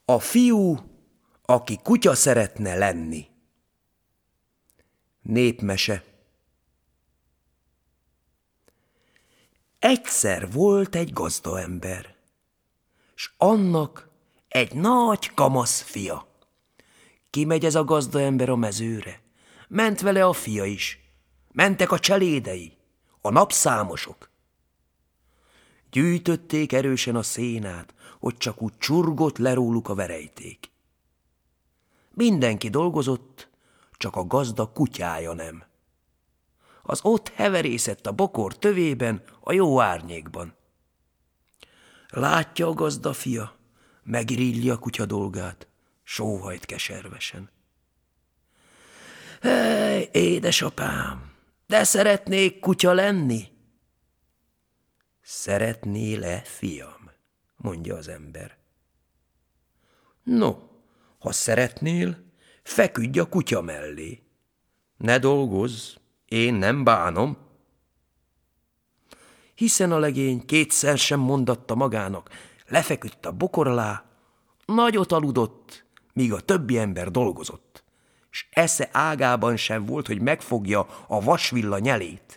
A fiú, aki kutya szeretne lenni. Népmese. Egyszer volt egy gazdaember, s annak egy nagy kamasz fia. Kimegy ez a gazdaember a mezőre, ment vele a fia is, mentek a cselédei, a napszámosok. Gyűjtötték erősen a szénát, hogy csak úgy csurgott le róluk a verejték. Mindenki dolgozott, csak a gazda kutyája nem. Az ott heverészett a bokor tövében, a jó árnyékban. Látja a gazda fia, megirígli a kutya dolgát, sóhajt keservesen. Hely, édesapám, de szeretnék kutya lenni. Szeretnél-e, fiam? Mondja az ember. No, ha szeretnél, feküdj a kutya mellé. Ne dolgozz, én nem bánom. Hiszen a legény kétszer sem mondatta magának, lefeküdt a bokor alá, nagyot aludott, míg a többi ember dolgozott, s esze ágában sem volt, hogy megfogja a vasvilla nyelét.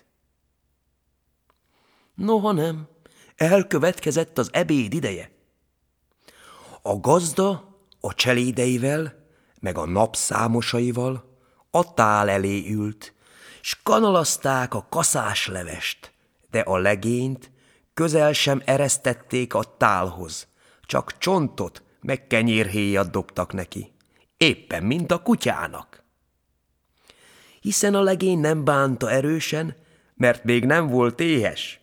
Noha nem, elkövetkezett az ebéd ideje. A gazda a cselédeivel, meg a napszámosaival a tál elé ült, s kanalazták a kaszás levest, de a legényt közel sem eresztették a tálhoz, csak csontot meg kenyérhéjat dobtak neki, éppen mint a kutyának. Hiszen a legény nem bánta erősen, mert még nem volt éhes.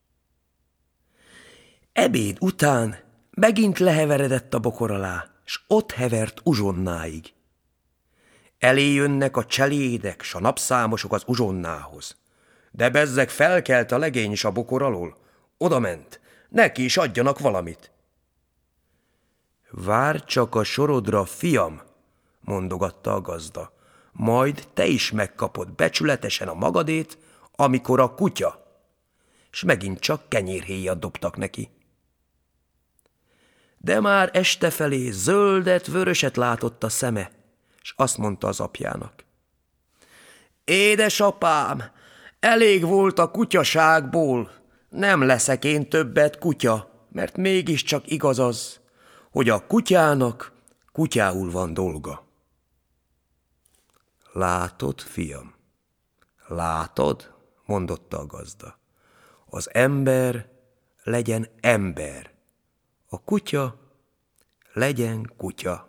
Ebéd után megint leheveredett a bokor alá, s ott hevert uzsonnáig. Elé jönnek a cselédek, s a napszámosok az uzsonnához. De bezzeg felkelt a legény is a bokor alól. Odament, neki is adjanak valamit. Várj csak a sorodra, fiam, mondogatta a gazda, majd te is megkapod becsületesen a magadét, amikor a kutya. S megint csak kenyérhéjat dobtak neki. De már este felé zöldet, vöröset látott a szeme, s azt mondta az apjának. Édesapám, elég volt a kutyaságból, nem leszek én többet kutya, mert mégiscsak igaz az, hogy a kutyának kutyául van dolga. Látod, fiam? Látod? Mondotta a gazda. Az ember legyen ember, a kutya legyen kutya.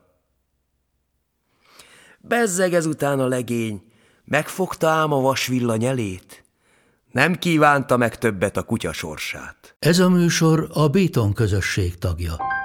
Bezzeg ezután a legény, megfogta ám a vasvilla nyelét, nem kívánta meg többet a kutya sorsát. Ez a műsor a Béton közösség tagja.